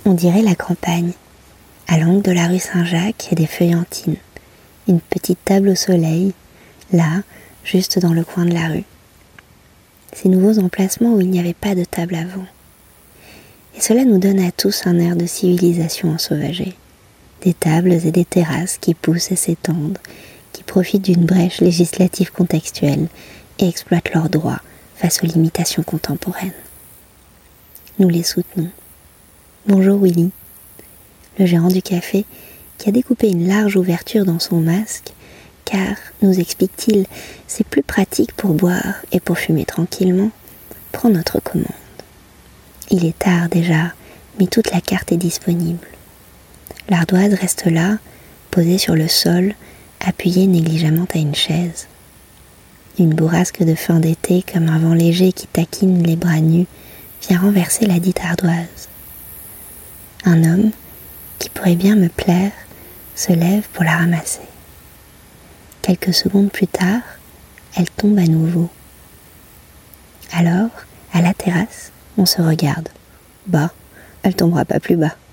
On dirait la campagne. À l'angle de la rue Saint-Jacques, il y a des feuillantines. Une petite table au soleil, là, juste dans le coin de la rue. Ces nouveaux emplacements où il n'y avait pas de table avant. Et cela nous donne à tous un air de civilisation ensauvagée. Des tables et des terrasses qui poussent et s'étendent, qui profitent d'une brèche législative contextuelle et exploitent leurs droits face aux limitations contemporaines. Nous les soutenons. Bonjour Willy, le gérant du café qui a découpé une large ouverture dans son masque, car, nous explique-t-il, c'est plus pratique pour boire et pour fumer tranquillement, prend notre commande. Il est tard déjà, mais toute la carte est disponible. L'ardoise reste là, posée sur le sol, appuyée négligemment à une chaise. Une bourrasque de fin d'été, comme un vent léger qui taquine les bras nus, vient renverser la dite ardoise. Un homme, qui pourrait bien me plaire, se lève pour la ramasser. Quelques secondes plus tard, elle tombe à nouveau. Alors, à la terrasse, on se regarde. Bah, elle tombera pas plus bas.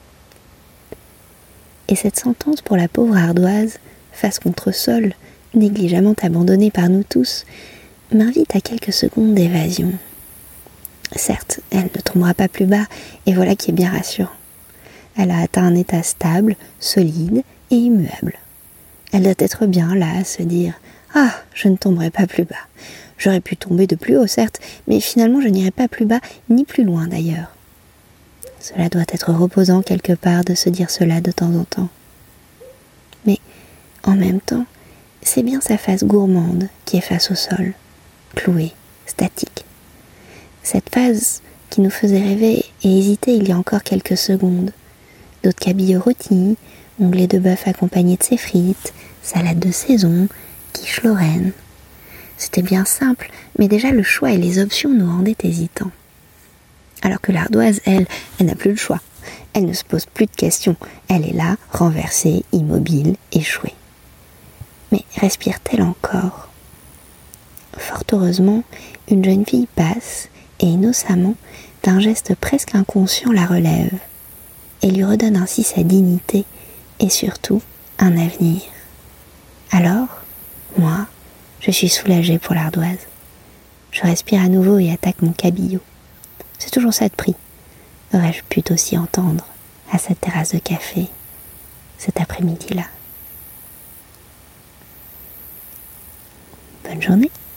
Et cette sentence pour la pauvre ardoise, face contre sol, négligemment abandonnée par nous tous, m'invite à quelques secondes d'évasion. Certes, elle ne tombera pas plus bas, et voilà qui est bien rassurant. Elle a atteint un état stable, solide et immuable. Elle doit être bien là à se dire « Ah, je ne tomberai pas plus bas. J'aurais pu tomber de plus haut, certes, mais finalement je n'irai pas plus bas, ni plus loin d'ailleurs. » Cela doit être reposant quelque part de se dire cela de temps en temps. Mais, en même temps, c'est bien sa face gourmande qui est face au sol, clouée, statique. Cette phase qui nous faisait rêver et hésiter il y a encore quelques secondes. D'autres cabilles rôtis, onglets de bœuf accompagnés de ses frites, salade de saison, quiche lorraine. C'était bien simple, mais déjà le choix et les options nous rendaient hésitants. Alors que l'ardoise, elle n'a plus le choix. Elle ne se pose plus de questions. Elle est là, renversée, immobile, échouée. Mais respire-t-elle encore ? Fort heureusement, une jeune fille passe et innocemment, d'un geste presque inconscient, la relève et lui redonne ainsi sa dignité et surtout un avenir. Alors, moi, je suis soulagée pour l'ardoise. Je respire à nouveau et attaque mon cabillaud. C'est toujours ça de prix. Aurais-je pu aussi entendre à cette terrasse de café cet après-midi-là. Bonne journée.